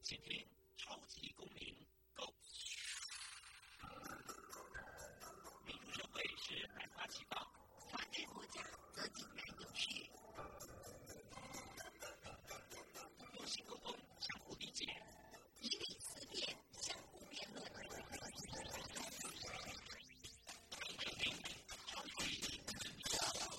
请听超级公民 Go。 民主社会是百花齐放， 发展国家则井然有序。 用心沟通，相互理解， 以理思辨，相互辩论。 欢迎收听超级公民 Go。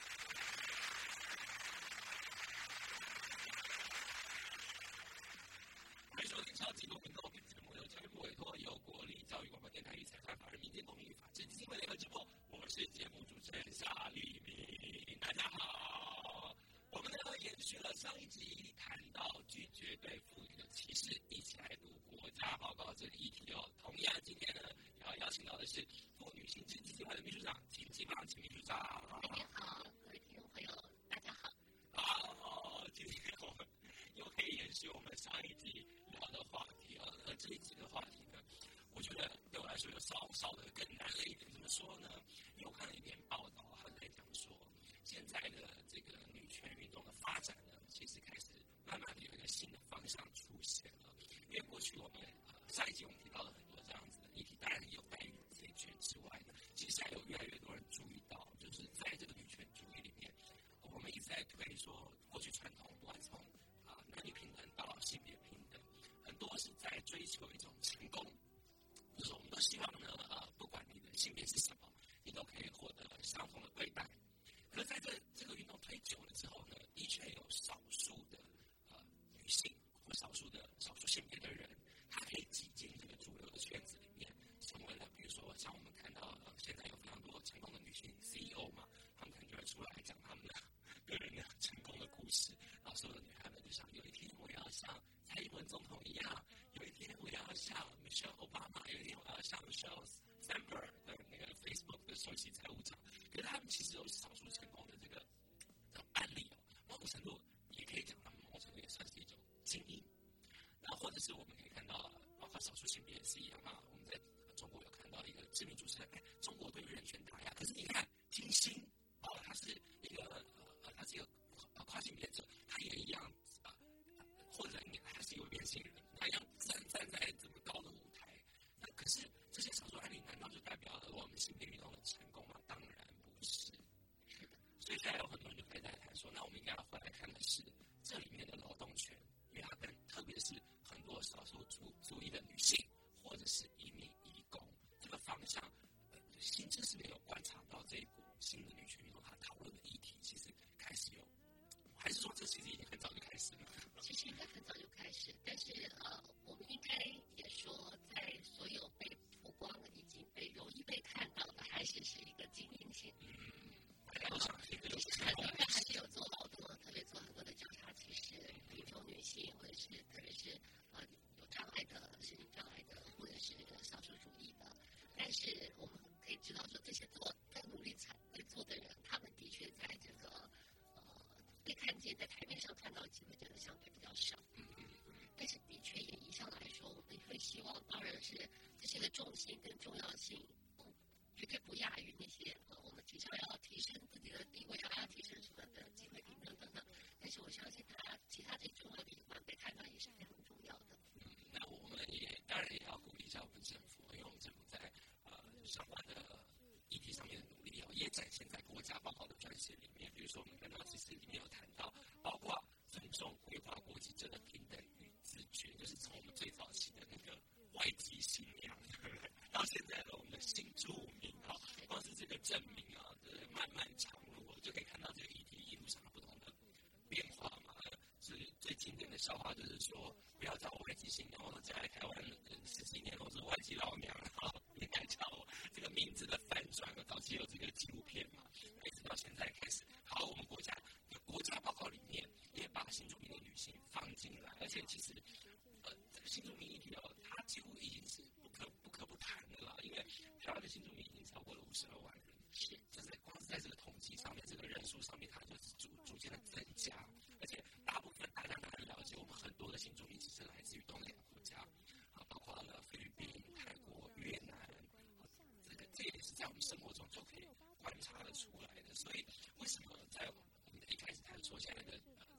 欢迎收听超级公民 Go。 本节目由教育部委托，由国立教育广播电台与财团法人民间公民与法治基金会联合直播。我是节目主持人夏立明，大家好。我们呢延续了上一集谈到拒绝对妇女的歧视，一起来读国家报告这个议题哦。同样今天呢也要邀请到的是妇女行知基金会的秘书长秦继芳秦秘书长。 大家好，各位听众朋友，大家好。 好，今天我们又可以延续我们上一集聊的话题啊。而这一集的话题呢，我觉得对我来说有稍的更难了一点。怎么说呢？因为我看了一篇报道，他在讲说，现在的这个女权运动的发展呢，其实开始慢慢的有一个新的方向出现了。因为过去我们上一集我们提到了很多这样子的议题，当然有待于解决之外呢，其实还有越来越多人注意到，就是在这个女权主义里面，我们一直在推说，过去传统不管从男女平等到性别平等，很多是在追求一种成功，就是我们都希望呢，不管你的性别是什么，你都可以获得相同的对待。可是在这个运动推久了之后呢，的确有少数的女性或少数性别的人，她可以挤进这个主流的圈子里面，成为了比如说像我们看到现在有非常多成功的女性 CEO 嘛，她们可能就会出来讲她们的个人的成功的故事，然后所有的女孩们就想，有一天我要像蔡英文总统一样，有一天我要像 Michelle Obama， 有一天我要像 Michelle Sandberg 的那个 Facebook 的首席财务长。可是他们其实有少数成功的这个案例哦，某种程度也可以讲，他们某种程度也算是一种精英。那或者是我们可以看到，包括少数性别也是一样啊。我们在中国有看到一个知名主持人，中国对于人权打压，可是你看金星他是一个跨性别者，他也一样或者他是一个变性人，他一样站在这么高的舞台。那可是这些少数案例，难道就代表了我们性别运动的成功吗？当然不是。是的，所以现在有很多人就可以在谈说，那我们应该要回来看的是这里面的劳动权，因为它特别是很多少数族裔的女性，或者是移民移工这个方向，新知识里有观察到这一股新的女权运动，它讨论的议题其实开始有，还是说这其实已经很早就开始了？ 其实应该很早就开始，但是我们应该也说，在所有被曝光、已经被容易被看到的，还是一个精英性。 大家都想这个还是有做好多，特别做很多的调查，其实贫穷女性，或者是特别是有障碍的、身心障碍的，或者是少数主义的。但是我们可以知道说，这些在努力在做的人，他们的确在这个被看见，在台面上看到机会真的相对比较少。但是的确也一向来说，我们会希望，当然是这些的重心跟重要性，绝对不亚于那些我们提倡要提升自己的地位要提升什么的机会平等等等。但是我相信其他最重要的一环被看到也是非常重要的。 那我们当然也要鼓励一下我们政府，因为我们政府在相关的议题上面的努力也展现在国家报告的撰写里面。比如说我们看到其实里面有谈到，包括尊重规划国籍者的平等与自觉，就是从我们最早期的那个外籍新娘，到现在的我们的新住民光是这个证明漫漫长路，就可以看到这个议题一路上不同的变化嘛。是最经典的笑话就是说，不要叫我外籍新娘，我嫁来台湾10几年，我是外籍老娘，应该叫我这个名字的反转。早期有这个纪录片嘛，一直到现在开始，好，我们国家报告里面也把新住民的女性放进来，而且其实这个新住民议题它几乎已经是不可不谈的了，因为台湾的新住民已经超过了52万人，是，就是光是在这个统计上面，这个人数上面，它就是逐渐的增加，而且大部分大家当然了解，我们很多的新住民其实来自于东南亚国家，包括了菲律宾、泰国、越南，这也是在我们生活中就可以观察得出来的。所以为什么在我们一开始谈说现在的我们女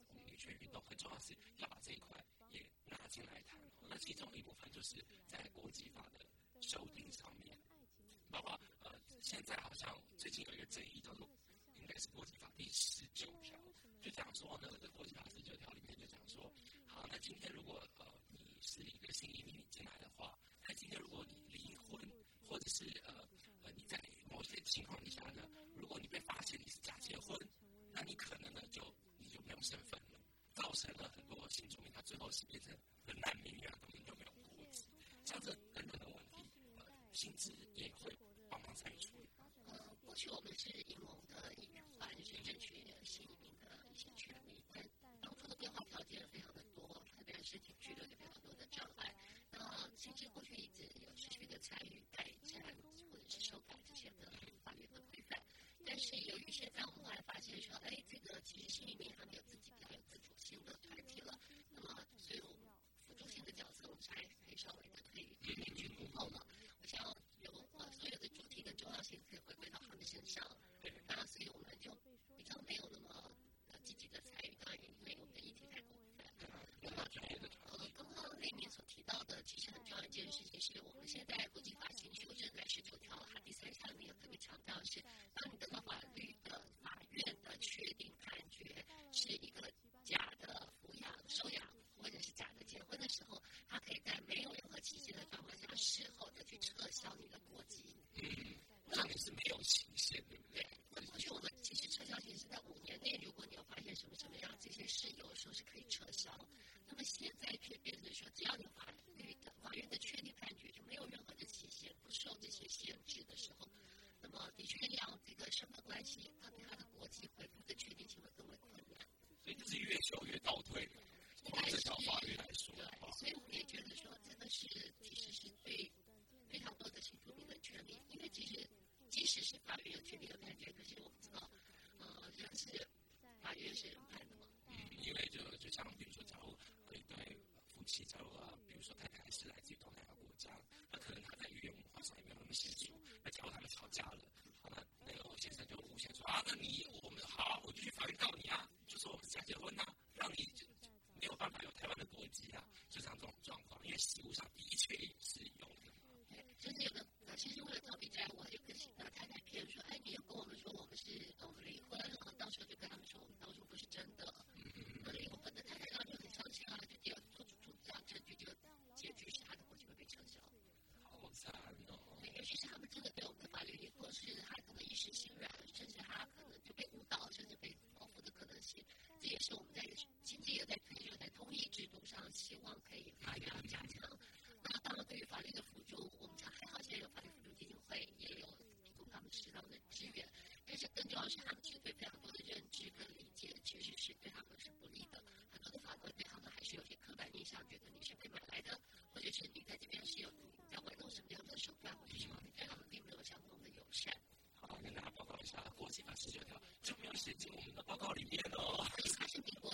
权运动，很重要是要把这一块也拿进来谈。那其中一部分就是在国际法的修订上面，包括现在好像最近有一个争议叫做，应该是国际法第19条，就讲说呢，这国际法19条里面就讲说，好，那今天如果你是一个新移民你进来的话，那今天如果你离婚，或者是你在某些情况底下呢，如果你被发现你是假结婚，那你可能呢你就没有身份了，造成了很多新住民他最后是变成难民啊，根本就没有国籍，像这等等的问题，薪资也会帮忙参与处理。 过去我们是英盟的一环，是争取新移民的一些权利，但当初的变化条件非常的多，特别是停居留有非常多的障碍。那其实过去一直有持续的参与改善或者是修改这些的法律的规范，但是由于现在我们后来发现说，这个其实新移民他们有自己比较有自主性的团体了，那么所以我们辅助性的角色我们才可以稍微的可以去补后了。我想有所有的主体的重要性可以回归到他们身上，那所以我们就比较没有那么积极的参与，当然因为我们的议题太广泛。那么刚刚那面所提到的，其实很重要一件事情是，我们现在国际法新修正在19条，它第3项里面有特别强调是，当你得到法院的确定判决是一个假的抚养、收养或者是假的结婚的时候，它可以在没有任何期限的状况下，事后的去撤销你的国籍。 那你是没有期限，对不对？ 那过去我们其实撤销期是在5年内，如果你有发现什么样这些事，有的时候是可以撤销。那么现在却变成说，只要有法院的确定判决，就没有任何的期限，不受这些限制的时候，那么的确让这个身份关系，特别他的国籍恢复的确定性会更为困难。 所以这是越修越倒退的。从这条法律来说， 对，所以我们也觉得说，这个其实是对非常多的新住民的权利，因为其实即使是法院有确定的判决，可是我们知道，人是法院是人判的嘛。 因为就像比如说，假如一对夫妻，假如比如说太太是来自于东南亚国家，那可能他在语言文化上也没有那么娴熟，那假如他们吵架了，好，那个先生就诬陷说那我就去法院告你啊，就说我们是假结婚啊，让你没有办法有台湾的国籍啊，就像这种状况，因为实务上的确也是有的。 甚至有的其实为了逃避债务，有个太太骗说，你又跟我们说我们离婚了，到时候就跟他们说我们当初不是真的。离婚的太太当然就很伤心啊，就第二做出这样证据，就结局是他的国籍会被撤销。 好惨哦！ 尤其是他们真的对我们的法律，或是他可能一时心软，甚至他可能就被误导，甚至被报复的可能性。这也是我们经济也在推就在通译制度上，希望可以法院要加强。那当然，对于法律的辅助，我们还好，现在有法律辅助基金会，也有提供他们适当的支援。但是更重要的是，他们其实对非常多的认知跟理解，其实是对他们是不利的。很多的法官对他们还是有些刻板印象，觉得你是被买来的，或者是你在这边是有你在玩弄什么样的手段，或者什么，你对他们并没有相同的友善。 好，跟大家报告一下，国际法19条就没有写进我们的报告里面哦。 它是民国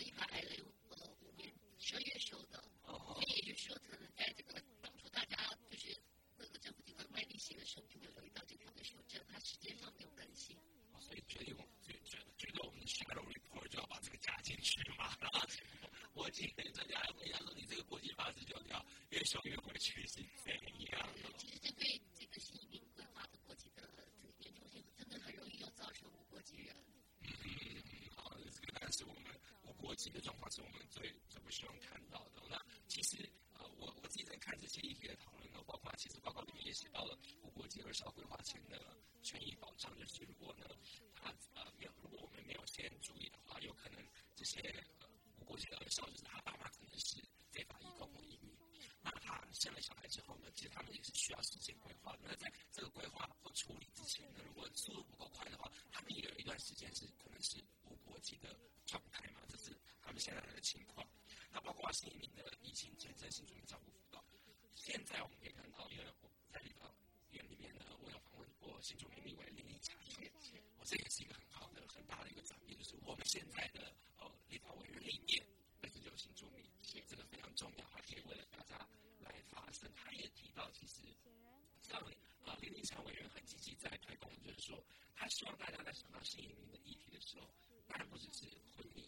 105年12月修的，所以也就是说，可能在这个当初大家就是各个政府机关卖力气的时候，并没有留意到这条的修正，它时间上没有更新。 所以觉得我们的 shadow report 就要把这个加进去嘛。然后我今天专家来问一下说，你这个国际法19条越修越回去是怎样？ 其实这对这个新移民规划的国籍的这个严重性，真的很容易又造成无国籍人。 好，这个当然是我们无国籍的状况是我们最不希望看到的。那其实我自己在看这些议题的讨论呢，包括其实报告里面也写到了无国籍儿少规划前的权益保障，就是如果呢如果我们没有先注意的话，有可能这些无国籍的儿少就是他爸妈可能是非法移工或移民，那他生了小孩之后呢，其实他们也是需要时间规划的。那在这个规划或处理之前呢，如果速度不够快的话，他们也有一段时间是可能是无国籍的状态嘛，这是他们现在的情况。那包括新移民的疫情签证、新住民照顾辅导，现在我们可以看到，因为我在立法院里面呢，我有访问过新住民立委林立强，这也是一个很大的一个转变，就是我们现在的立法委员里面本身就有新住民，这个非常重要，还可以为了大家来发声。他也提到，其实像林立强委员很积极在推广，就是说他希望大家在想到新移民的议题的时候，当然不只是婚姻移民，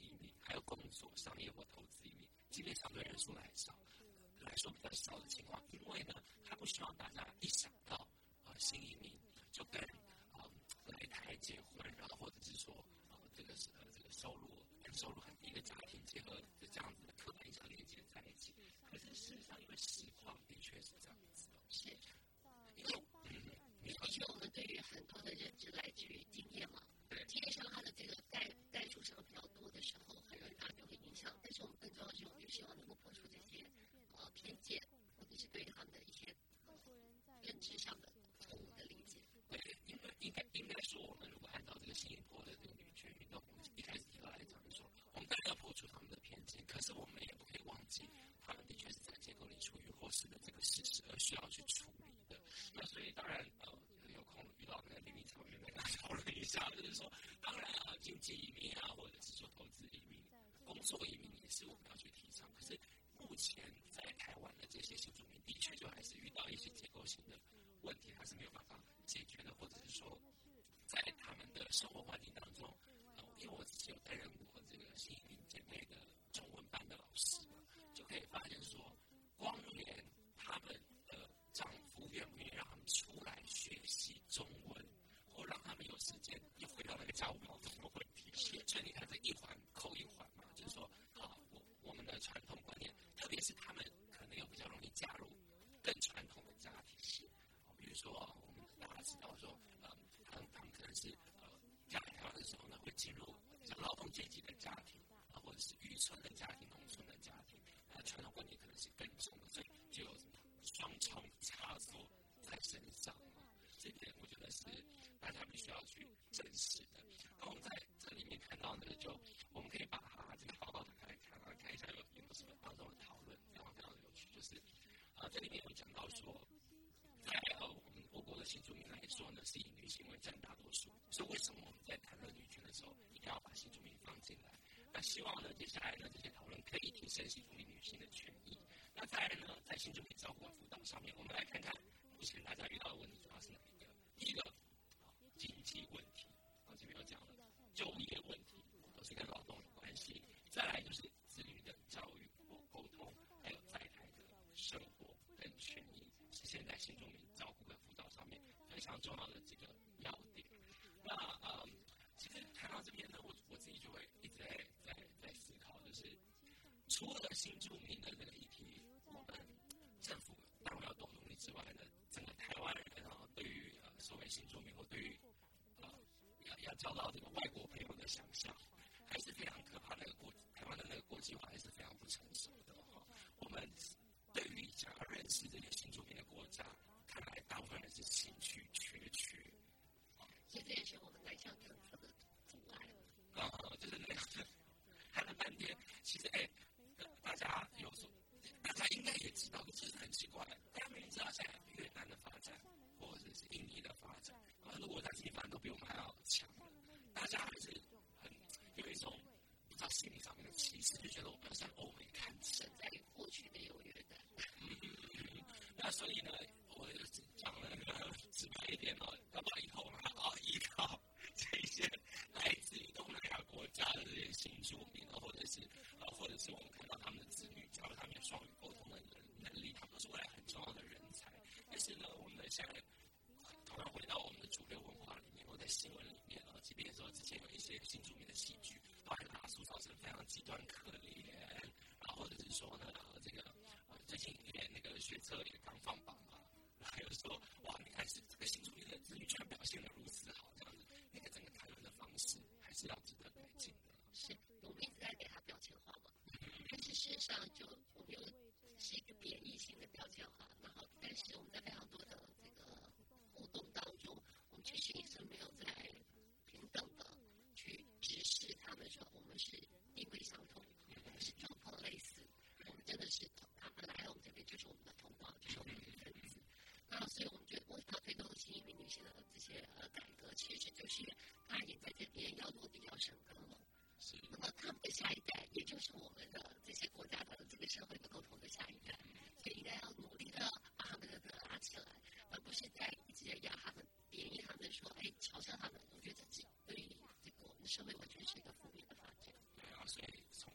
还有工作、商业或投资移民，即便相对人数来说比较少的情况，因为呢，他不希望大家一想到新移民就跟来台结婚，然后或者是说这个收入很低的家庭结合的这样子的刻板印象连接在一起。可是事实上，因为实况的确是这样子的， 是，因为的确我们对于很多的认知来自于经验嘛，经验上他的这个代数上比较多的时候，很容易大家就会影响。但是我们更重要的是，我们就希望能够破除这些偏见，或者是对他们的一些认知上的错误的理解。 对，因为应该说，我们如果按照这个新一波的这个女权运动，我们一开始提到来讲，就是说，我们当然要破除他们的偏见，可是我们也不可以忘记，他们的确是在结构里处于弱势的这个事实，而需要去处理的。那所以当然有空遇到那个林立草原跟大家讨论一下，就是说，当然经济移民或者是说投资移民、工作移民也是我们要去提倡。可是目前在台湾的这些新住民，的确就还是遇到一些结构性的问题，还是没有办法解决的，或者是说，在他们的生活环境当中，因为我自己有担任过这个新移民姐妹的中文班的老师嘛，就可以发现说，光连他们的丈夫愿不愿意让他们出来学习中文，或让他们有时间又回到那个家务劳动的问题，所以你看这一环扣一环嘛，就是说我们的传统观念，特别是他们可能又比较容易加入更传统的家庭，比如说我们大家知道说，他们可能是嫁来台湾的时候呢，会进入比较劳动阶级的家庭或者是渔村的家庭、农村的家庭，传统观念可能是更重的，所以就有什么双重枷锁在身上这点我觉得是大家必须要去正视的。那我们在这里面看到呢，就我们可以把它这个报告打开来看一下有没有什么当中的讨论，非常非常有趣。就是这里面有讲到说，在我国的新住民来说呢，是以女性为占大多数，所以为什么我们在谈论女权的时候，一定要把新住民放进来？那希望呢，接下来呢这些讨论可以提升新住民女性的权益。那再来呢，在新住民照顾和辅导上面，我们来看看目前大家遇到的问题主要是哪一个？第一个，经济问题，这边有讲了，就业问题都是跟劳动有关系。再来就是子女的教育或沟通，还有在台的生活跟权益，是现在新住民照顾跟辅导上面非常重要的这个要点。那其实谈到这边呢，我自己就会一直在思考，就是除了新住民的这个议题，我们政府当然要多努力之外呢，整个台湾人对于所谓新住民或对于要交到这个外国朋友的想象，还是非常可怕。台湾的那个国际化还是非常不成熟的。我们对于想要认识这些新住民的国家，看来大部分人是兴趣缺缺。 所以这也是我们南向政策的阻碍。 就是那个谈了半天，其实大家应该也知道，可是很奇怪，大家明明知道现在越南的发展，或者是印尼的发展，很多国家经济发展都比我们还要强，大家还是很有一种不知道心理上面的歧视，就觉得我们要向欧美看齐， 在于过去的优越感。 那所以呢，我讲了直白一点要不然以后我们还要依靠这些来自于东南亚国家的这些新住民，或者是我们看到他们的子女，假如他们有双语沟通的能力，他们都是未来很重要的人才。但是呢，我们现在同样回到我们的主流文化里面，或在新闻里面即便说之前有一些新住民的戏剧，都还把它塑造成非常极端可怜，或者是说呢，这个最近那个学测也刚放榜嘛，还有说哇，你看是这个新住民的子女居然表现得如此好，这样子，那个整个谈论的方式还是要值得改进的。 是我们一直在给他标签化嘛，但是事实上我们是一个贬义性的标签化，然后但是我们在非常多的这个活动当中，我们其实也是没有在平等的去指示他们说我们是地位相同，我们是状况类似，我们真的是他们来了我们这边就是我们的同胞，就是我们的分子。那所以我们觉得为什么要推动新移民女性的这些改革，其实就是因为他也在这边要落地要生根了。那么他们的下一代，也就是我们的这些国家的这个社会的共同的下一代，所以应该要努力的把他们的拉起来，而不是在一直压他们、贬义他们，说嘲笑他们。我觉得这对于这个我们的社会完全是一个负面的发展。 对啊，所以从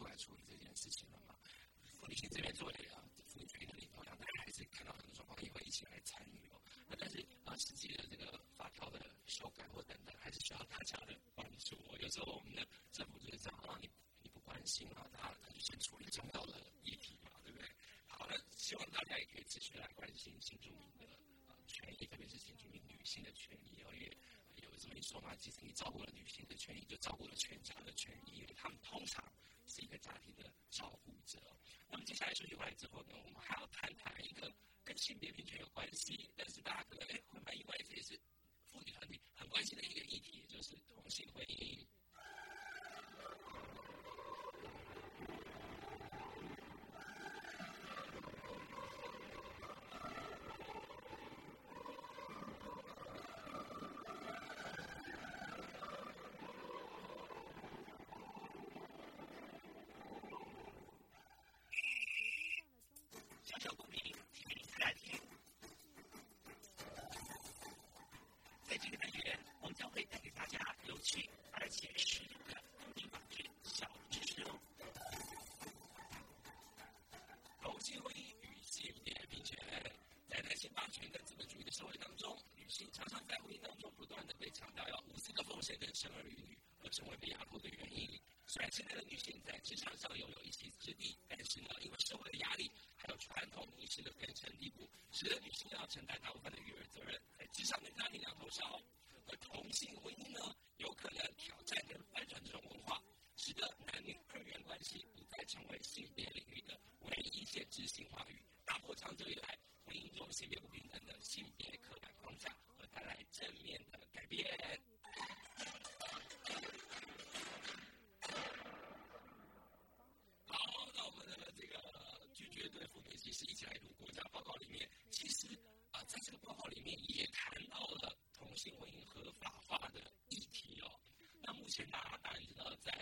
出来处理这件事情了嘛。妇女性这边作为妇女权益的领头羊，当然还是看到很多状况也会一起来参与哦。但是实际的这个法条的修改或等等，还是需要大家的帮助哦。有时候我们的政府就是这样你不关心他就先处理重要的议题嘛，对不对？好，那希望大家也可以持续来关心新住民的权益，特别是新住民女性的权益哦。因为有这么一说嘛，其实你照顾了女性的权益，就照顾了全家的权益，因为他们通常是一个家庭的照顾者。那么接下来休息回来之后呢，我们还要谈一个跟性别平权有关系，但是大家可能会蛮意外，这也是妇女团体很关心的一个议题，就是同性婚姻。小小公民，请你来听。在这个单元，我们将会带给大家有趣而且实用的公民法治小知识哦。同性婚姻与性别平权，在男性霸权跟资本主义的社会当中，女性常常在婚姻当中不断的被强调要无私的奉献跟生儿育女，而成为被压迫的原因。虽然现在的女性在职场上拥有一席之地，但是呢，因为社会的压力还有传统意识的根深蒂固，使得女性要承担大部分的育儿责任，在职场跟家庭两头烧。而同性婚姻呢，有可能挑战跟翻转这种文化，使得男女二元关系不再成为性别领域的唯一限制性话语，打破长久以来婚姻中性别不平等的性别刻板框架，和带来正面的改变。好，那我们的这个拒绝对妇女歧视一起来读国家报告里面，其实在这个报告里面也谈到了同性婚姻合法化的议题哦。那目前大家当然知道，在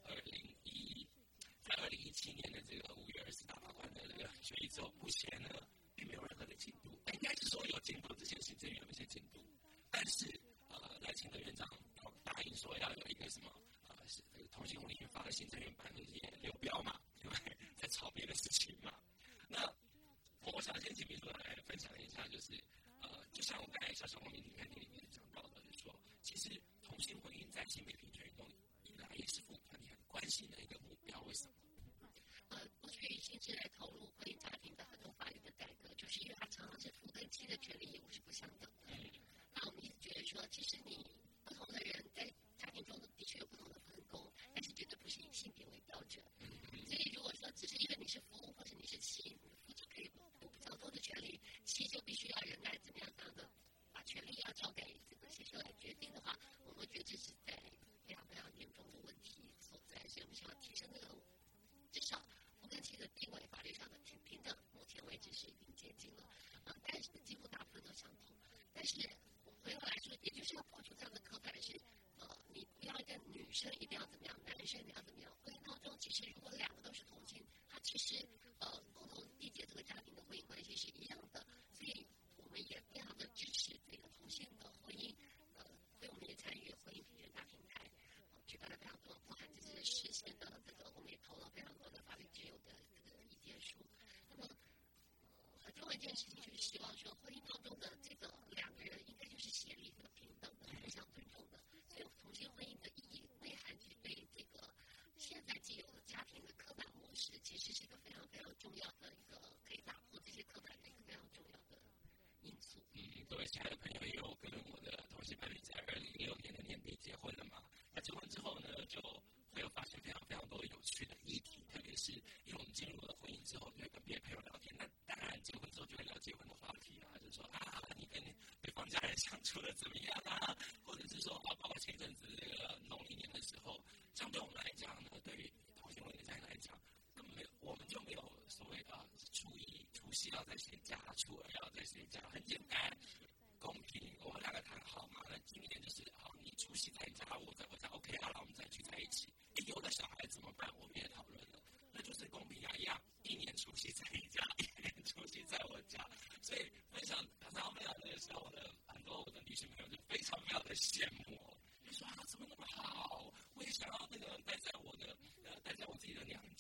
2017年的这个5月24大法官的这个决议之后，目前呢并没有任何的进度。应该是说有进度，之前行政院有一些进度，但是赖清德院长答应说要有一个什么是这个同性婚姻法的行政院版的也流标嘛，因为在吵别的事情嘛。那我想先请秘书来分享一下，就是就像我刚才小小公民里面讲到的，就是说，其实同性婚姻在性别平权运动以来也是妇女团体很关心的一个目标。为什么？ 过去新制来投入婚姻家庭的很多法律的改革，就是因为它常常是夫跟妻的权利义务是不相等的。那我们一直觉得说，其实你不同的人在家庭中的确有不同的分工，但是绝对不是以性别为标准。所以如果说只是因为你是夫或者你是妻，夫就可以有比较多的权利，妻就必须要忍耐怎么样的把权利要交给这个先生来决定的话，我们觉得这是在非常非常严重的问题所在。所以我们想要提升这个至少夫跟妻的地位法律上的平等，目前为止是已经接近了，但是几乎大部分都相同。但是回过来说，也就是要破除这样的刻板是，你不要一个女生一定要怎么样，男生一定要怎么样。婚姻当中，其实如果两个都是同性，他其实共同缔结这个家庭的婚姻关系是一样的。所以我们也非常的支持这个同性的婚姻，所以我们也参与婚姻平权大平台，举办了非常多，包含这些实现的这个，我们也投了非常多的法律自由的这个意见书。那么很重要一件事情就是希望说，婚姻当中的这个两个人应该就是协力的、平等的、互相尊重的。所以同性婚姻的意义内涵是对这个现在既有的家庭的刻板模式，其实是一个非常非常重要的一个可以打破这些刻板的一个非常重要的因素。 各位亲爱的朋友，也有跟我的同性伴侣在2016年的年底结婚了嘛？那结婚之后呢，就会有发现非常非常多有趣的议题，特别是因为我们进入了婚姻之后，就会跟别的朋友聊天。那当然结婚之后就会聊结婚的话题啊，就是说你跟对方家人相处的怎么样啊？或者是说包括前阵子这个农历年的时候，相对我们来讲呢，对于同性婚姻的家庭来讲，根本没有，我们就没有所谓除夕要在谁家，初二要在谁家，很简单。公平，我们两个谈好嘛？那今年就是你除夕在家，我在我家 ，OK， 好了，我们再聚在一起。有的小孩怎么办？我们也讨论了，那就是公平一样，一年除夕在你家，一年除夕在我家。所以分享非常非常的时候呢，很多我的女性朋友就非常非常的羡慕，就说怎么那么好？我也想要那个待在我自己的娘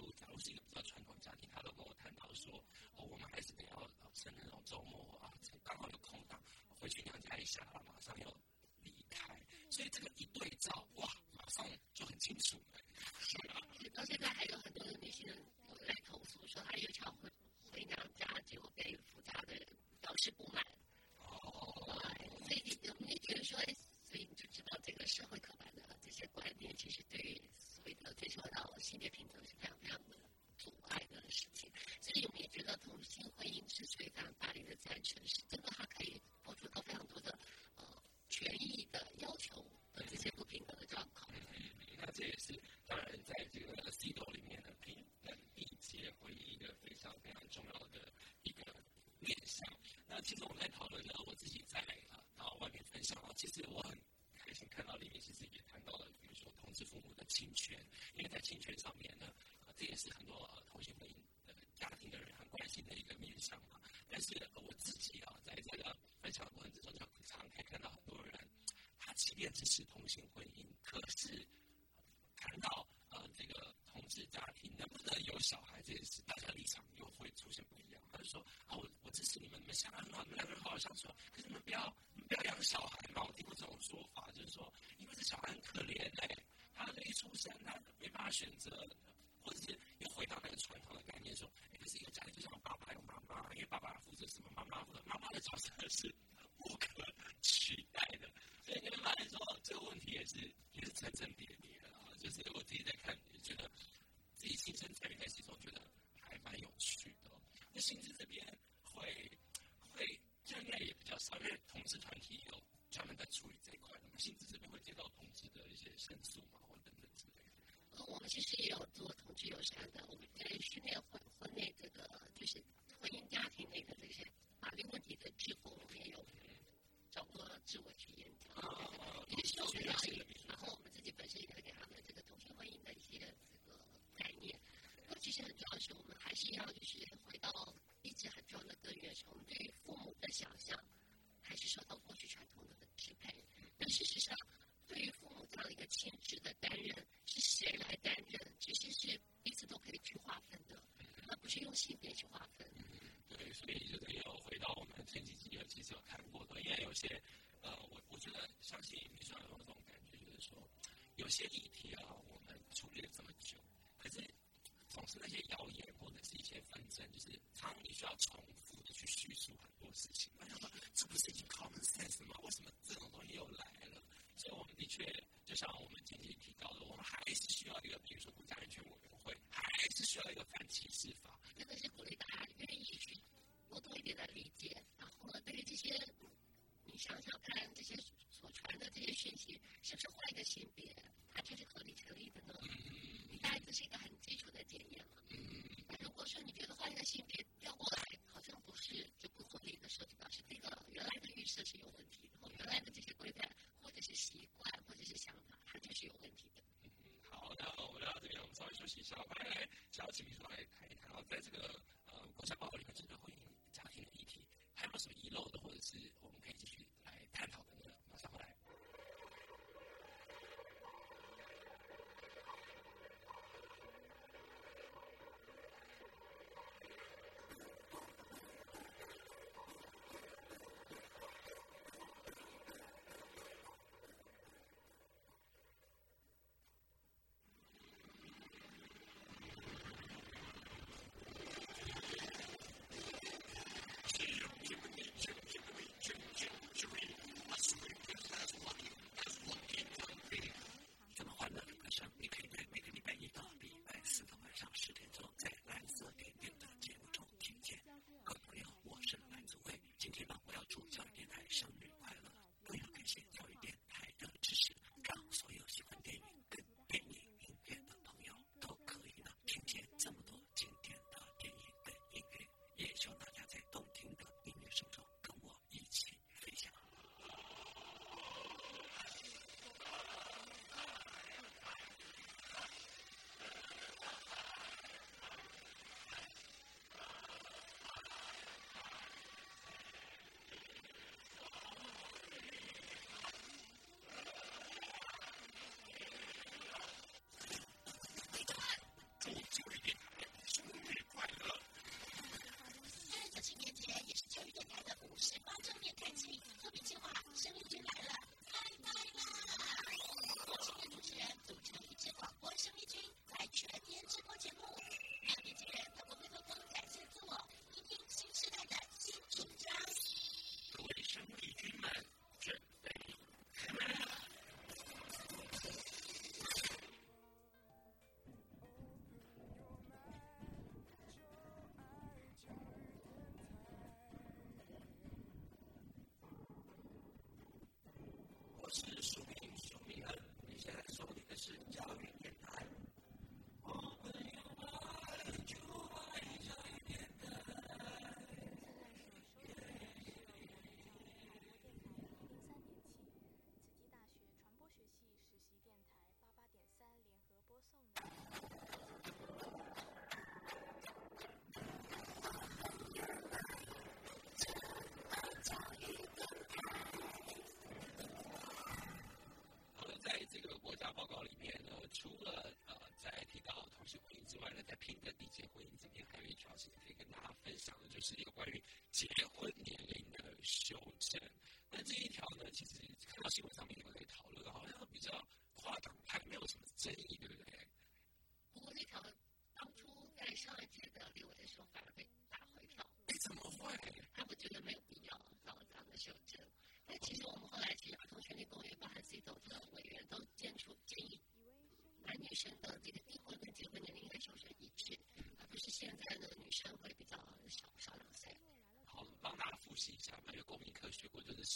假如是一个比较传统的家庭，他都跟我谈到说，我们还是得要趁那种周末啊，刚好有空档，回去娘家一下，马上又离开。所以这个一对照，哇，马上就很清楚了。 是啊，到现在还有很多的女性人来投诉说，她又常回娘家，结果被夫家的人表示不满。所以我们也觉得说，所以你就知道这个社会刻板的这些观念，其实对于所谓的追求到性别平等是非常非常的阻碍的事情。所以我们也觉得同性婚姻是属于非常大力的赞成，是真的它可以破除到非常多的权益的要求的这些不平等的状况。 那这也是当然在这个 CEDAW 里面呢，能理解婚姻一个非常非常重要的一个面向。那其实我们在讨论呢，我自己在到外面分享其实我很开心看到里面其实也谈到了，比如说同志父母的侵权，因为在侵权上面呢，这也是很多同性婚姻家庭的人很关心的一个面向嘛。但是我自己在这个分享的过程之中，就常常可以看到很多人，他即便支持同性婚姻，可是谈到这个同志家庭能不能有小孩这件事，大家立场又会出现不一样。他就说我支持你们相爱很好，你们两个人好好相处，可是你们不要养小孩嘛。我听过这种说法，就是说因为这小孩很可怜他一出生他没办法选择，或者是又回到那个传统的概念说，可是一个家庭就像有爸爸有妈妈，因为爸爸负责什么，妈妈的角色是不可取代的。所以你会发现说这个问题也是层层叠叠的就是我自己在看，也觉得自己亲身参与在其中，觉得还蛮有趣的。那性质这边会这应该也比较少，因为同志团体有专门在处理这一块的嘛。性质这边会接到同志的一些申诉嘛，或等等之类的。 我们其实也有做同志友善的，我们在训练婚内这个就是婚姻家庭内的这些法律问题的智慧，我们也有找过智慧去演讲，也是有表演。然后我们自己本身也会给他们这个同性婚姻的一些这个概念。其实很重要的是，我们还是要就是回到一直很重要的根源，是我们对于父母的想象还是受到过去传统的支配。但事实上，对于父母这样一个亲职的担任，是谁来担任，其实是彼此都可以去划分的，而不是用性别去划分。 对，所以这个也有回到我们前几集其实有谈过的，因为有些我觉得相信你说有这种感觉，就是说有些议题我们处理了这么久，可是总是那些谣言或者是一些纷争，就是常常你需要重复的去叙述很多事情。我想说，这不是已经 common sense 吗？为什么这种东西又来了？所以我们的确，就像我们前几集提到的，我们还是需要一个，比如说国家人权委员会，还是需要一个反歧视法。 真的是鼓励大家愿意去多一点的理解，然后呢，对于这些，你想想看，这些所传的这些讯息，是不是换一个性别，它就是合理成立的呢？大概这是一个很基础的检验嘛。那如果说你觉得换一个性别调过来，好像不是就不合理的时候，就表示这个原来的预设是有问题的，然后原来的这些规范或者是习惯或者是想法，它就是有问题的。 好，那我们聊到这边，我们稍微休息一下，我们来邀请你说来谈一谈在这个国家报告里面这个婚姻家庭的议题，还有没有什么遗漏的，或者是我们可以继续来探讨的呢？马上回来。 我是署名人，你现在收听的是教育电台。我们有爱就爱教育电台。 现在所收听的是由国立教育广播电台103.7，慈济大学传播学系实习电台88.3联合播送的。 在这个国家报告里面呢，除了在提到同性婚姻之外呢，在平等理解婚姻这边还有一条是可以跟大家分享的，就是有关于结婚年龄的修正。那这一条呢，其实看到新闻上面有在讨论，好像比较跨党派，没有什么争议，对不对？ 不过这条当初在上一届的立委的时候反而被打回票。 怎么会？ 他们觉得没有必要搞这样的修正。但其实我们后来其实儿童权利公约包含 CEDAW 的委员都建议男女生的这个订婚跟结婚年龄应该修正一致，而不是现在的女生会比较少2岁。 好，帮大家复习一下嘛，因为公民课学过，就是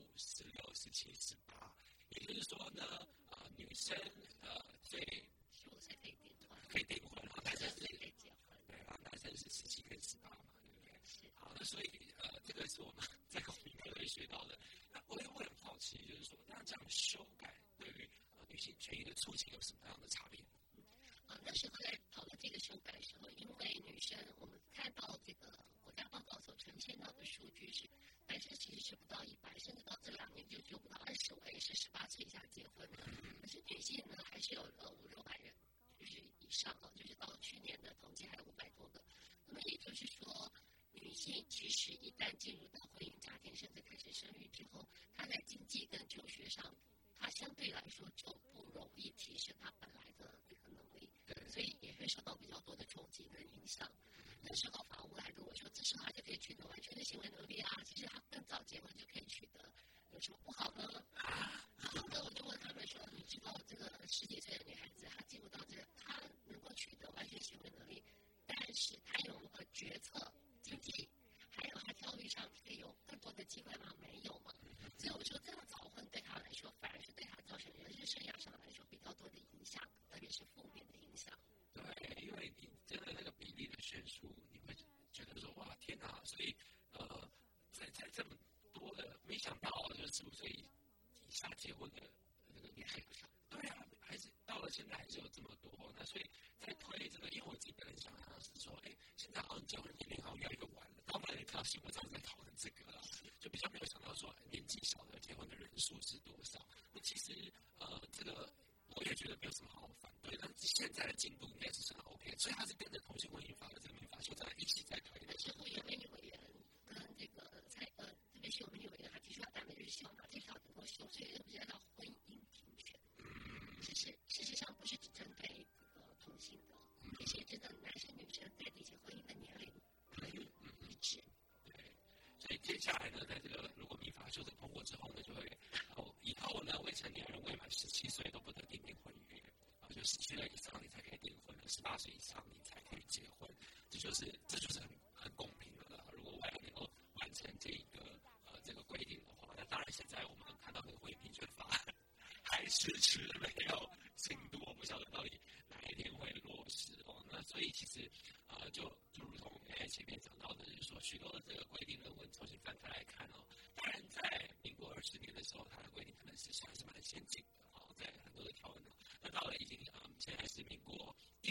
15、16、17、18，也就是说呢，女生最 15岁可以订婚，然后男生是可以结婚， 对，然后男生是17跟18嘛，对不对？ 是。 好，那所以这个是我们在公民课会学到的。那我也会很好奇，就是说，那这样修改对于女性权益的促进有什么样的差别？ 那时候在讨论这个修改的时候，因为女生我们看到这个国家报告所呈现到的数据是，男生其实是不到100，甚至到这2年就不到20位是18岁以下结婚的，可是女性呢还是有500-600人，就是以上就是到去年的统计还有500多个。那么也就是说，女性其实一旦进入到婚姻家庭，甚至开始生育之后，她在经济跟就学上，她相对来说就不容易提升她本来的这个能力，所以也会受到比较多的冲击跟影响。那时候法务来跟我说，这时候她就可以取得完全的行为能力啊，其实她更早结婚就可以取得，有什么不好呢？然后呢，我就问他们说，你知道这个10几岁的女孩子，她进入到这个，她能够取得完全行为能力，但是她有决策、经济，还有她教育上可以有更多的机会吗？没有嘛。所以我说，这个早婚对她来说，反而是对她造成人生生涯上来说比较多的影响，特别是负面的影响。 对，因为你真的那个比例的悬殊，你会觉得说哇天哪！所以在这么多的，没想到就是15岁以下结婚的那个年龄不少。对啊，还是到了现在还是有这么多。那所以在推这个，因为我自己本人想象是说，现在好像结婚年龄好像越来越晚了。当然也看到新闻上在讨论这个了，就比较没有想到说年纪小的结婚的人数是多少。那其实这个我也觉得没有什么好反对，但是现在的进度应该是很 OK， 所以他是跟着同性婚姻法的这个民法修正一起在推的。 但是会有美女委员跟这个特别是有美女委员，他提出要单的就是希望把这条能够修，所以就比较叫婚姻平权。事实上不是只针对同性的，也是针对男生女生在理解婚姻的年龄可以一致。 对，所以接下来呢，在这个如果民法修正通过之后呢，就会以后呢，未成年人未满17岁都不得订订婚约，就17岁以上你才可以订婚，18岁以上你才可以结婚，这就是很公平的了。如果未来能够完成这个规定的话，那当然现在我们看到的婚姻平权法案还是迟没有进度，我不晓得到底哪一天会落实哦。那所以其实就如同前面讲到的，就是说许多的这个规定人文重新翻开来看哦，当然在民国20年的时候，它的规定可能是还是蛮先进的在很多的条文。那到了已经现在是民国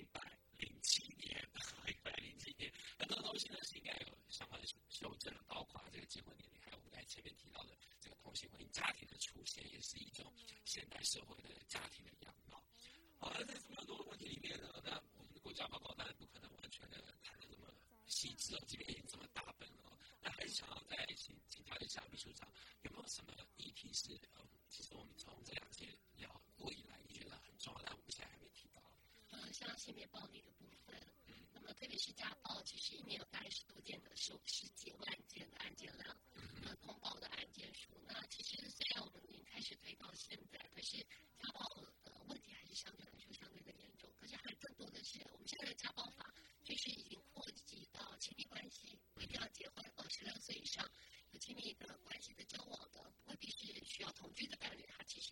107年，很多东西呢是应该有相关的修正，包括这个结婚年龄，还有我们在前面提到的这个同性婚姻家庭的出现，也是一种现代社会的家庭的样貌。好了，在这么多的问题里面呢，那我们的国家报告当然不可能完全的谈得这么细致即便已经这么大本了那还是想要再请教一下秘书长，有没有什么议题是其实我们从这2届要过以来，你觉得很重要，但我们现在还没提到？ 像性别暴力的部分，那么特别是家暴，其实1年有大概10多件的10几万件的案件量，通报的案件数。那其实虽然我们已经开始推到现在，可是家暴问题还是相对来说相对的严重。可是还更多的是，我们现在的家暴法就是已经扩及到亲密关系，一定要结婚16岁以上，有亲密的关系的交往的，未必是需要同居的伴侣，他其实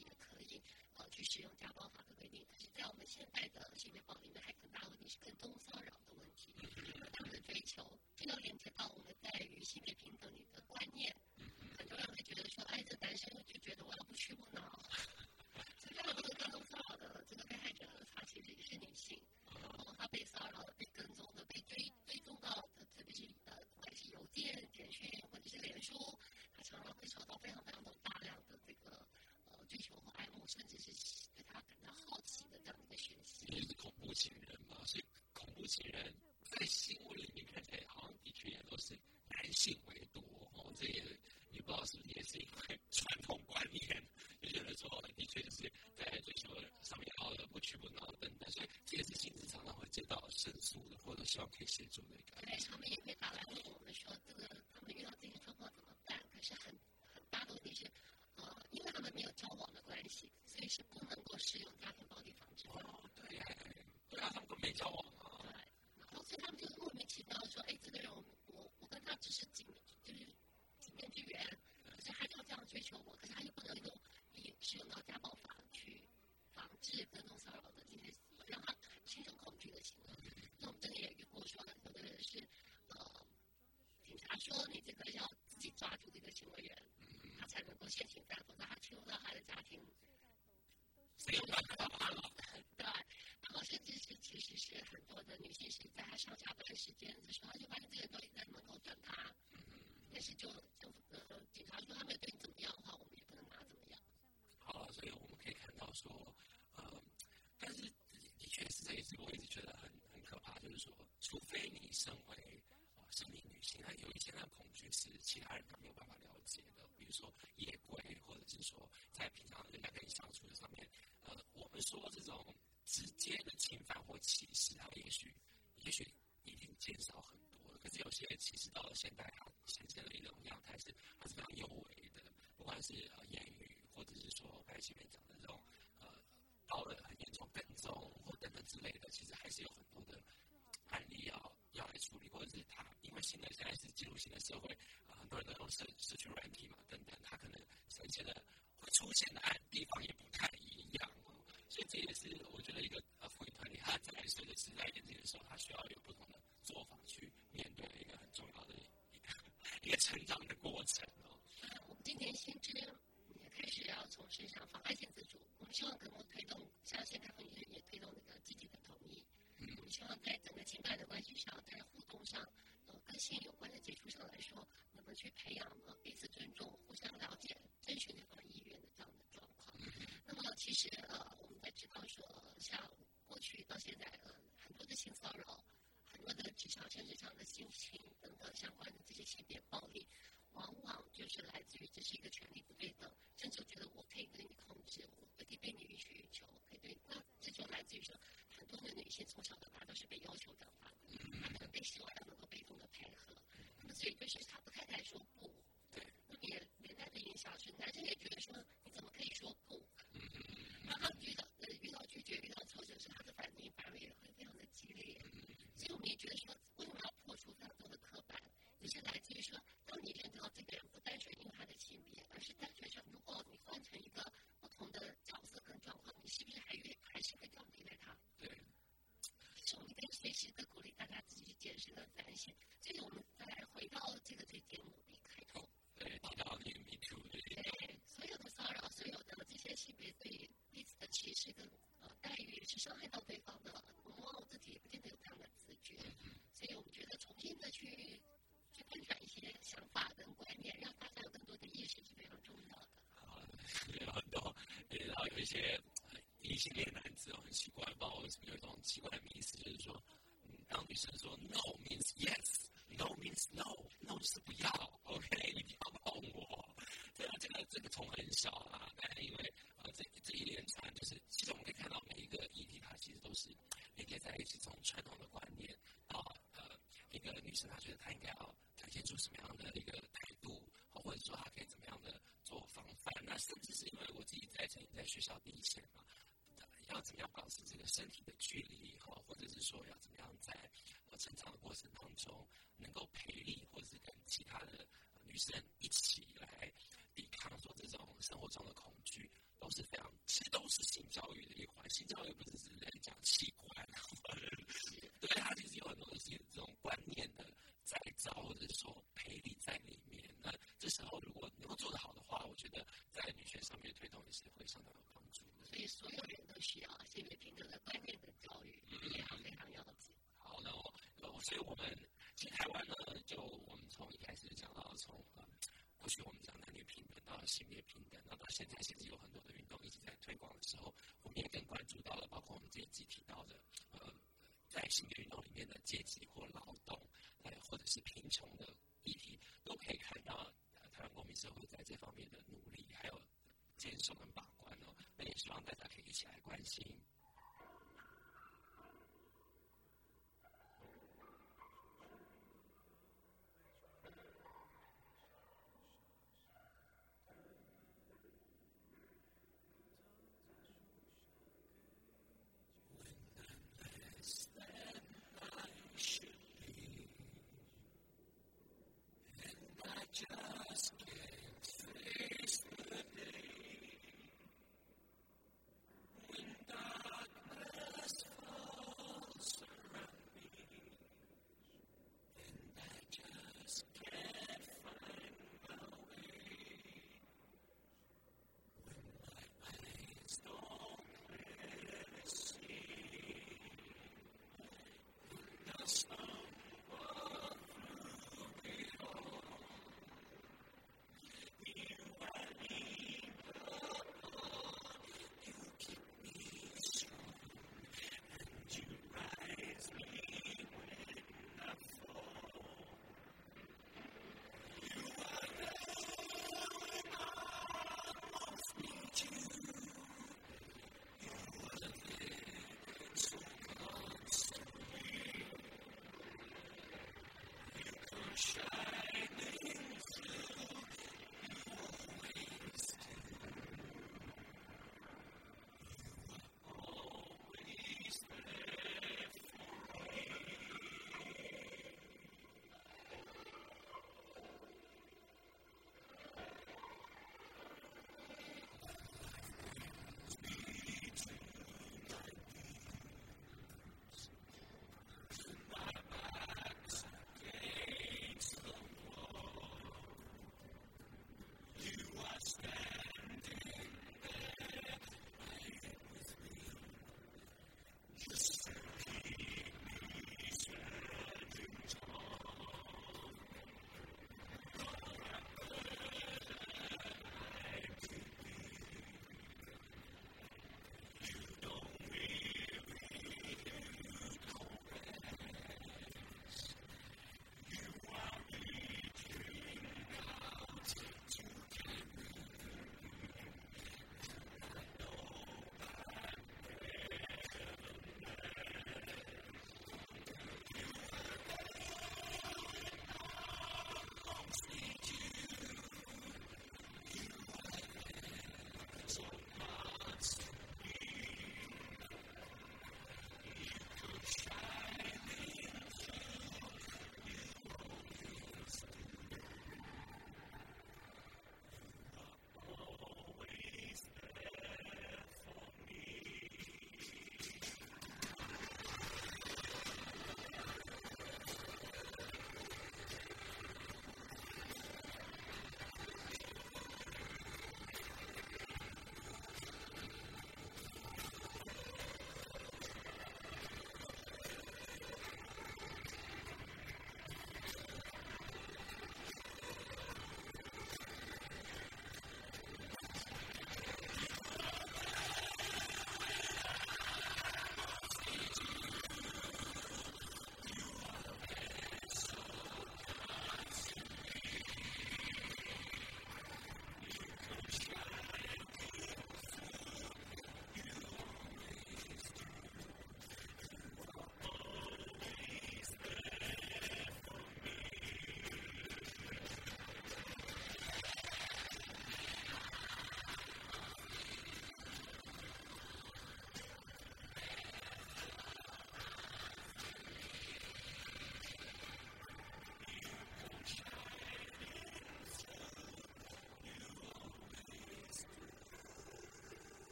怖情人嘛，所以恐怖情人在新闻里面看起来好像的确也都是男性为多这也不知道是不是也是因为传统观念，就觉得说的确就是在追求上面不屈不挠等等，所以这也是亲子常常会接到申诉的，或者希望可以协助的一个。 对，他们也会打来问我们说，他们遇到这些状况怎么办？可是很大的问题是，因为他们没有交往的关系，所以是不能够使用家庭暴力防治法。 对啊，他们都没交往啊。 对，然后所以他们就莫名其妙说，这个人我跟他只是几面之缘，可是他要这样追求我，可是他又不能使用到家暴法去防治各种骚扰的这些，让他心生恐惧的行为。那我们这里也遇过说，有的人是警察说你这个要自己抓住这个行为人，他才能够现行犯，否则他侵入到他的家庭， 没有办法了。 对，然后甚至是其实是很多的女性是在她上下班时间的时候，她就发现这个人都一直在门口等她，但是警察说他没有对你怎么样的话，我们也不能拿怎么样。 好，所以我们可以看到说，但是的确是这一次我一直觉得很可怕，就是说，除非你身为生理女性，有一些的恐惧是其他人他没有办法了解的，比如说夜归，或者是说在平常人家跟你相处的上面，我们说这种直接的侵犯或歧视，它也许已经减少很多了。可是有些其实到了现代，它显现了一种样态是它是非常有为的，不管是言语，或者是说刚才前面讲的这种到了很严重跟踪或等等之类的，其实还是有很多的案例要来处理，或者是它因为现在是记录型的社会，很多人都用社群软体嘛等等，它可能呈现的会出现的地方也不太一样所以这也是我觉得一个妇女团体，它在随着时代演进的时候，它需要有不同的做法去面对一个很重要的一个成长的过程我们今年新制也开始要从事像妨碍性自主，我们希望能够推动，像现代妇女也推动那个积极的同意。我们希望在整个情感的关系上，在互动上，跟性有关的接触上来说，能够去培养彼此尊重、互相了解、征询对方意愿的这样的状况。那么其实我们在知道说，像过去到现在很多的性骚扰，很多的职场甚至上的性侵等等相关的这些性别暴力，往往就是来自于这是一个权力不对等，甚至觉得我可以对你控制，我可以对你予取予求，可以对，那这就来自于说很多的女性从小到大都是被要求长大的，她可能被希望要能够被动的配合，那么所以就是她不太敢说不，那么也连带的影响是男生也觉得说你怎么可以说不，那他遇到拒绝遇到挫折时，他的反应反而也会非常的激烈，所以我们也觉得说为什么要破除非常多的刻板，也是来自于说当你认知到这个人不单纯因为他的性别，而是单纯说如果你换成一个不同的角色跟状况，你是不是还是会这样对待他？ 对， 是我们可以随时的鼓励大家自己去检视和反省。所以我们再来回到这个节目的开头， 对，提到那个 Me Too， 对，所有的骚扰，所有的这些性别对彼此的歧视跟待遇是伤害到对方的，往往我自己也不见得有这样的自觉，所以我们觉得重新的去翻转一些想法跟观念，让大家有更多的意识是非常重要的。 有很多，然后有一些异性恋男子很奇怪，不知道为什么有一种奇怪的迷思，就是说，当女生说 No means yes，No means no 就是不要 ，OK， 你不要碰我。对啊，这个从很小啊，但因为这一连串就是，其实我们可以看到每一个议题，它其实都是连接在一起，从传统的观念到一个女生她觉得她应该要展现出什么样的一个态度，或者说她可以怎么样的做防范。那甚至是因为我自己曾经在学校第一线嘛，要怎么样保持这个身体的距离，或者是说要怎么样在成长的过程当中能够陪力，或者是跟其他的女生一起来抵抗说这种生活中的恐惧，都是非常，其实都是性教育的一环。性教育不只是在讲器官，对，它其实有很多的这种观念的再造，或者说陪力在里面。那这时候如果能够做得好的话，我觉得在女权上面的推动也是会相当有帮助的。 所以所有人都需要性别平等的观念的教育，非常非常要紧。 好，那所以我们其实台湾呢，就我们从一开始讲到从过去我们讲男女平等到性别平等，到现在其实有很多的运动一直在推广的时候，我们也更关注到了，包括我们这一集提到的性别运动里面的阶级或劳动，或者是贫穷的议题，都可以看到台湾公民社会在这方面的努力，还有坚守跟把关哦。那也希望大家可以一起来关心。Just can't face the day when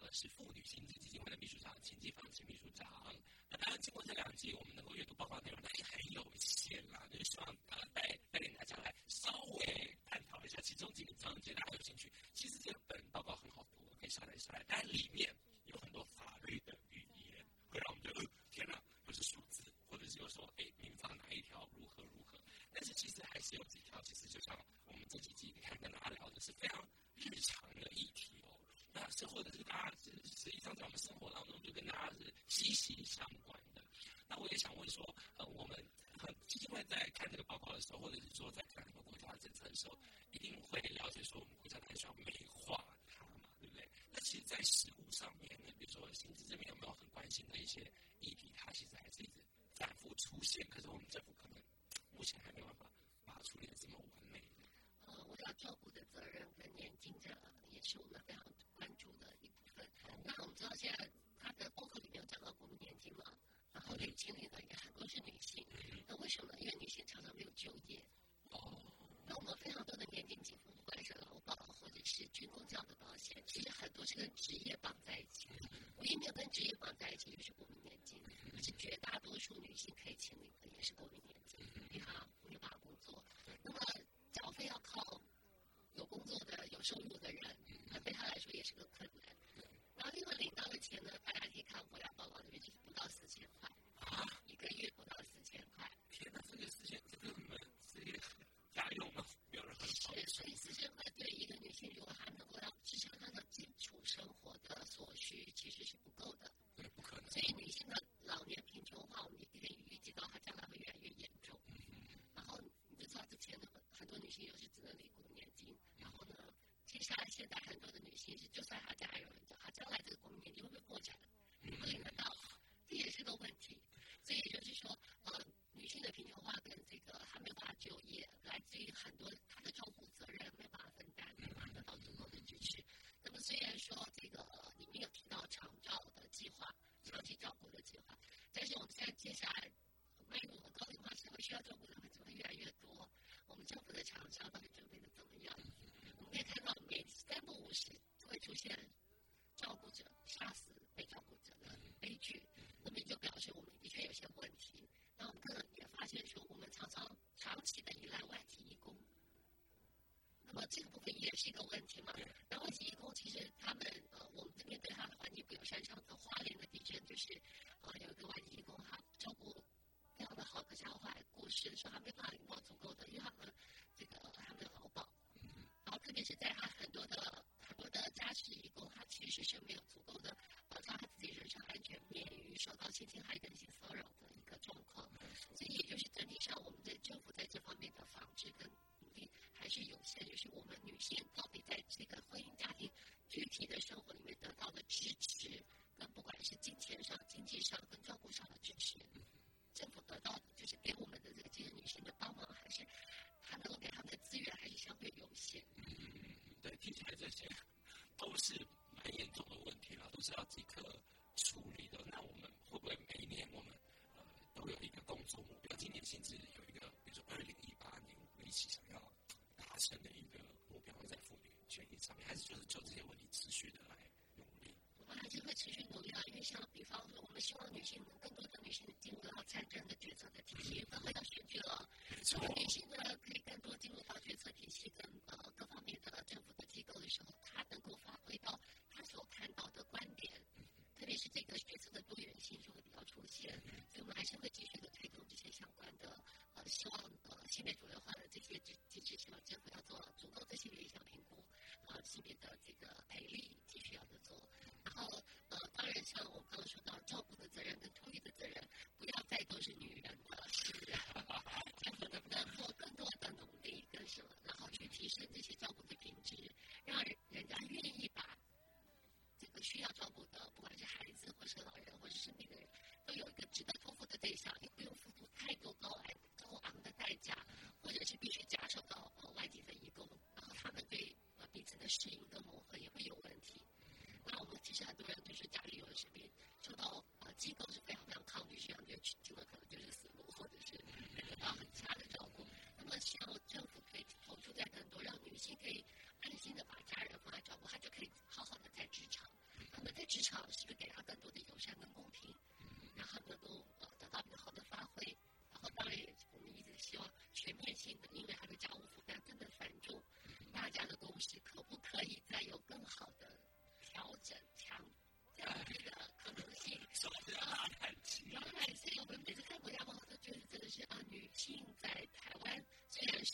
是妇女亲子基金会的秘书长秦继芳秦秘书长。那当然，经过这2集，我们能够阅读报告内容，那也很有限啦，就是希望带领大家来稍微探讨一下其中几个章节，大家有兴趣。其实这本报告很好读，可以下来，但里面有很多法律的语言，会让我们觉得天哪，又是数字，或者是有说民法哪一条如何。但是其实还是有几条，其实就像我们这几集你看跟大家聊的是非常日常的议题哦。那是或者是大家实际上在我们生活当中就跟大家是息息相关的。那我也想问说，我们基金会在看这个报告的时候，或者是说在看很多国家的政策的时候，一定会了解说我们国家还需要美化它嘛，对不对？那其实，在实务上面呢，比如说薪资这边有没有很关心的一些议题，它其实还是一直反复出现，可是我们政府可能目前还没有办法把它处理得这么完美。 我要照顾的责任跟年金这也是我们非常关注的一部分。那我们知道现在它的报告里面有讲到国民年金嘛，然后年金里呢也很多是女性。那为什么？因为女性常常没有就业。那我们非常多的年金给付，不管是劳保或者是军工这样的保险，其实很多是跟职业绑在一起的。唯一没有跟职业绑在一起就是国民年金，可是绝大多数女性可以请领的也是国民年金，因为她没有办法工作。那么缴费要靠有工作的、有收入的人，那对她来说也是个困难。然后另外领到的钱呢，大家可以看国家报告里面就是不到4000块，一个月不到4000块。 天哪，这个4000，这个你们是一个家用吗？没有人很好。 是，所以4000块对一个女性，如果她能够要支撑她的基础生活的所需，其实是不够的。 对，不可能。 所以女性的老年贫穷化，我们也可以预计到它将来会越来越严重。然后你就知道之前的很多女性又是只能领国民年金，然后呢，接下来现在很多的女性是，就算她家有人，她将来这个国民年金会不会破产，会领得到，这也是个问题。所以也就是说，女性的贫穷化跟这个还没有办法就业，来自于很多她的照顾责任没有办法分担，没有办法得到足够的支持。那么虽然说这个里面有提到长照的计划、长期照顾的计划，但是我们现在接下来迈入了高龄化社会，需要照顾的人只会越来越多。我们政府的长照到底准备的怎么样？我们可以看到每3不5时会出现照顾者杀死被照顾者的悲剧，那么也就表示我们的确有些问题。那我们可能也发现说，我们常常长期的依赖外籍移工，那么这个部分也是一个问题嘛。那外籍移工其实他们我们这边对他的环境不友善，像个花莲的地震就是有一个外籍移工他照顾非常的好，可是他后来过世的时候，他没办法领到足够的，因为他们劳保，然后特别是在他很多的家事移工，他其实是没有足够的保障他自己人身安全，免于受到性侵害跟性骚扰的一个状况。所以也就是整体上，我们的政府在这方面的防治跟努力还是有限，就是我们女性到底在这个婚姻家庭具体的生活里面得到的支持，跟不管是金钱上、经济上跟照顾上的支持，政府得到的就是给我们的这些女性的帮忙，还是他能够给他们的资源还是相对有限。 对，听起来这些都是蛮严重的问题啦，都是要即刻处理的。那我们会不会每一年我们都有一个工作目标？今年甚至有一个，比如说2018年我们一起想要达成的一个目标，在妇女权益上面，还是就是就这些问题持续的来努力？ 我们还是会持续努力啊，因为像比方说，我们希望女性更多的女性进入到参政的决策的体系，刚好要选举了，所以女性呢可以更多进入到决策体系跟各方面的政府的机构的时候，她能够发挥到她所看到的观点，特别是这个决策的多元性就会比较出现，所以我们还是会继续的推动这些相关的希望性别主流化的这些机制，希望政府要做足够的性别影响评估，性别的这个培力继续要的做，然后当然像我们刚刚说到照顾的责任跟托育的责任，不要再都是女人的事，政府能不能做更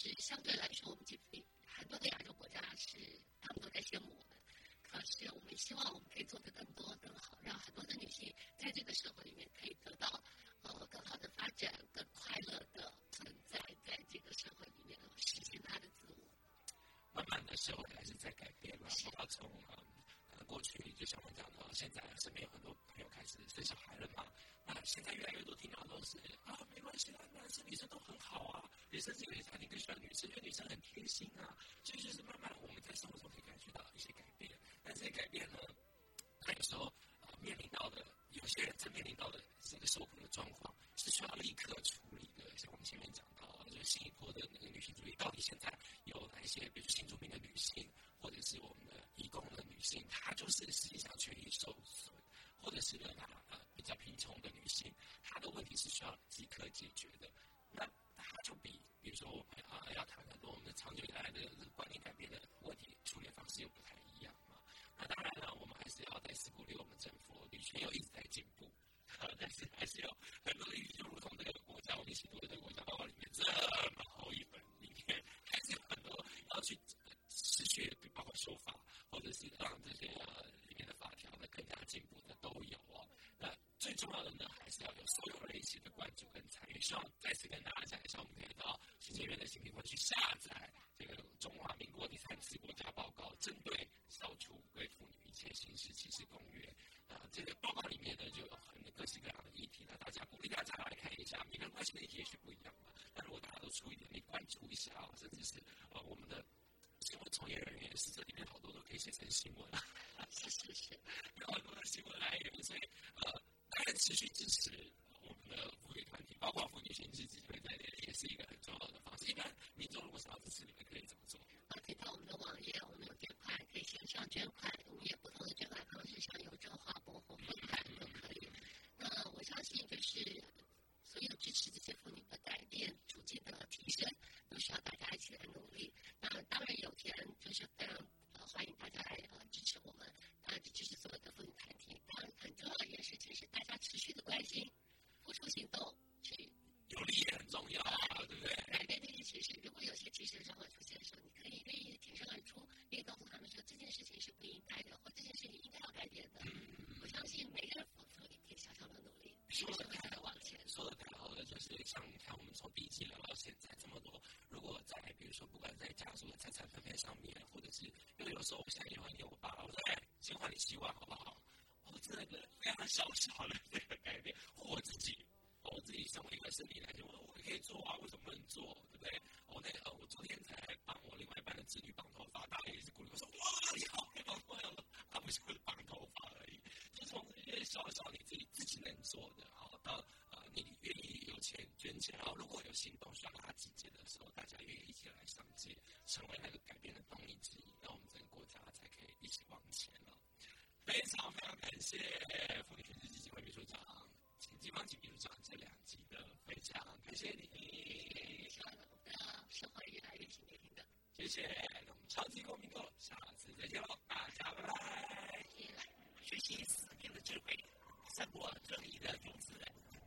就是相对来说，我们很多的亚洲国家他们都在羡慕我们。可是我们希望我们可以做得更多更好，让很多的女性在这个社会里面可以得到更好的发展，更快乐的存在在这个社会里面，实现她的自我。 慢慢的社会还是在改变嘛，包括从过去就像我讲的，现在身边有很多朋友开始生小孩了嘛，那现在越来越多听到都是没关系啦，男生女生都很好啊，女生是有些家庭更喜欢女生，因为女生很贴心啊，所以就是慢慢我们在生活中可以感觉到一些改变，但这些改变呢，他有时候面临到的，有些人在面临到的这个受苦的状况是需要立刻处理的，像我们前面讲到，就是新一波的那个女性主义，到底现在有哪一些，比如新住民的女性，或者是我们的移工的女性，她就是实际上权益受损，或者是比较贫穷的女性，她的问题是需要即刻解决的。那她就比如说我们要谈很多我们的长久以来的观念改变的问题处理方式又不太一样嘛。那当然了，我们还是要再次鼓励我们政府，女权又一直在进步，但是还是有很多的议题，就如同这个国家，我们一起读的这个国家报告里面这么厚一本里面，还是有很多要去持续包括修法，或者是让这些里面的法条呢更加进步的都有哦。那最重要的呢，还是要有所有人一起的关注跟参与。希望再次跟大家讲一下，我们可以到行政院的行政会去下载这个中华民国第3次国家报告，针对消除为妇女一切刑事歧视公约。这个报告里面呢，就有很多各式各样的议题，那鼓励大家来看一下，每个人关心的议题也许不一样嘛。那如果大家都出一点力关注一下甚至是我们的新闻从业人员，是这里面好多都可以写成新闻，是，有很多的新闻来源，所以当然持续支持我们的妇女团体，包括妇女刑事基金会在内，也是一个很重要的方式。一般民众如果想要支持，你们可以怎么做？ 可以到我们的网页，我们有捐款，可以线上捐款，我们也不同的捐款方式，像邮政、华博或汇款都可以。那我相信就是所有支持这些妇女的改变、处境的提升，都需要大家一起来努力。那当然有天就是非常欢迎大家来支持我们，支持所有的妇女团体。当然很重要的一件事情是大家持续的关心、付出行动，去有力也很重要对不对？ 改变这些歧视，如果有些歧视的状况出现的时候，你可以愿意挺身而出，愿意告诉他们说这件事情是不应该的，或这件事情应该要改变的。我相信每个人付出一点小小的努力，说的太好了， 说的太好了，就是像你看，我们从第一季聊到现在这么多，如果在比如说不管在家族的财产分配上面，或者是因为有时候我现在也会念我爸，我说先还你7万好不好？这个非常小的这个改变，我自己身为一个生理男性，我可以做啊，为什么不能做？对不对？我昨天才帮我另外一半的子女绑头发，大家也是鼓励我说：“哇，你好会绑头发了！”他不是会绑头发而已，就从这些小你自己能做的，到你愿意有钱捐钱，然后如果有行动需要拉集结的时候，大家愿意一起来上街，成为那个改变的动力之一，那我们整个国家才可以一起往前了。非常非常感谢妇女权益基金会秘书长金芳锦秘书长这2集的分享，感谢你， 希望我们的社会越来越亲民的。 谢谢，那我们超级公民购下次再见喽，大家拜拜。 学习4年的智慧，散播正义的种子。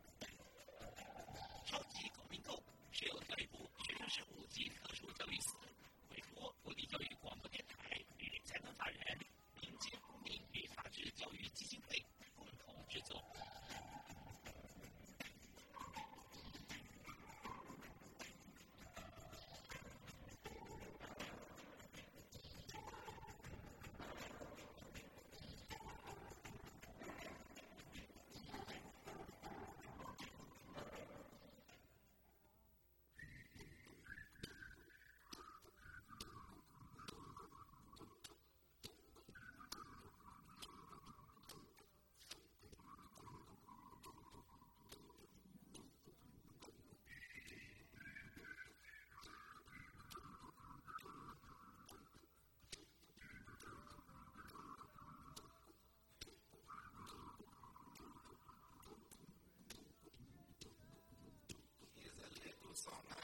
超级公民购是由教育部学生事务及特殊教育司委托国立教育广播电台与财团法人民间公民与法治教育基金会共同制作。 song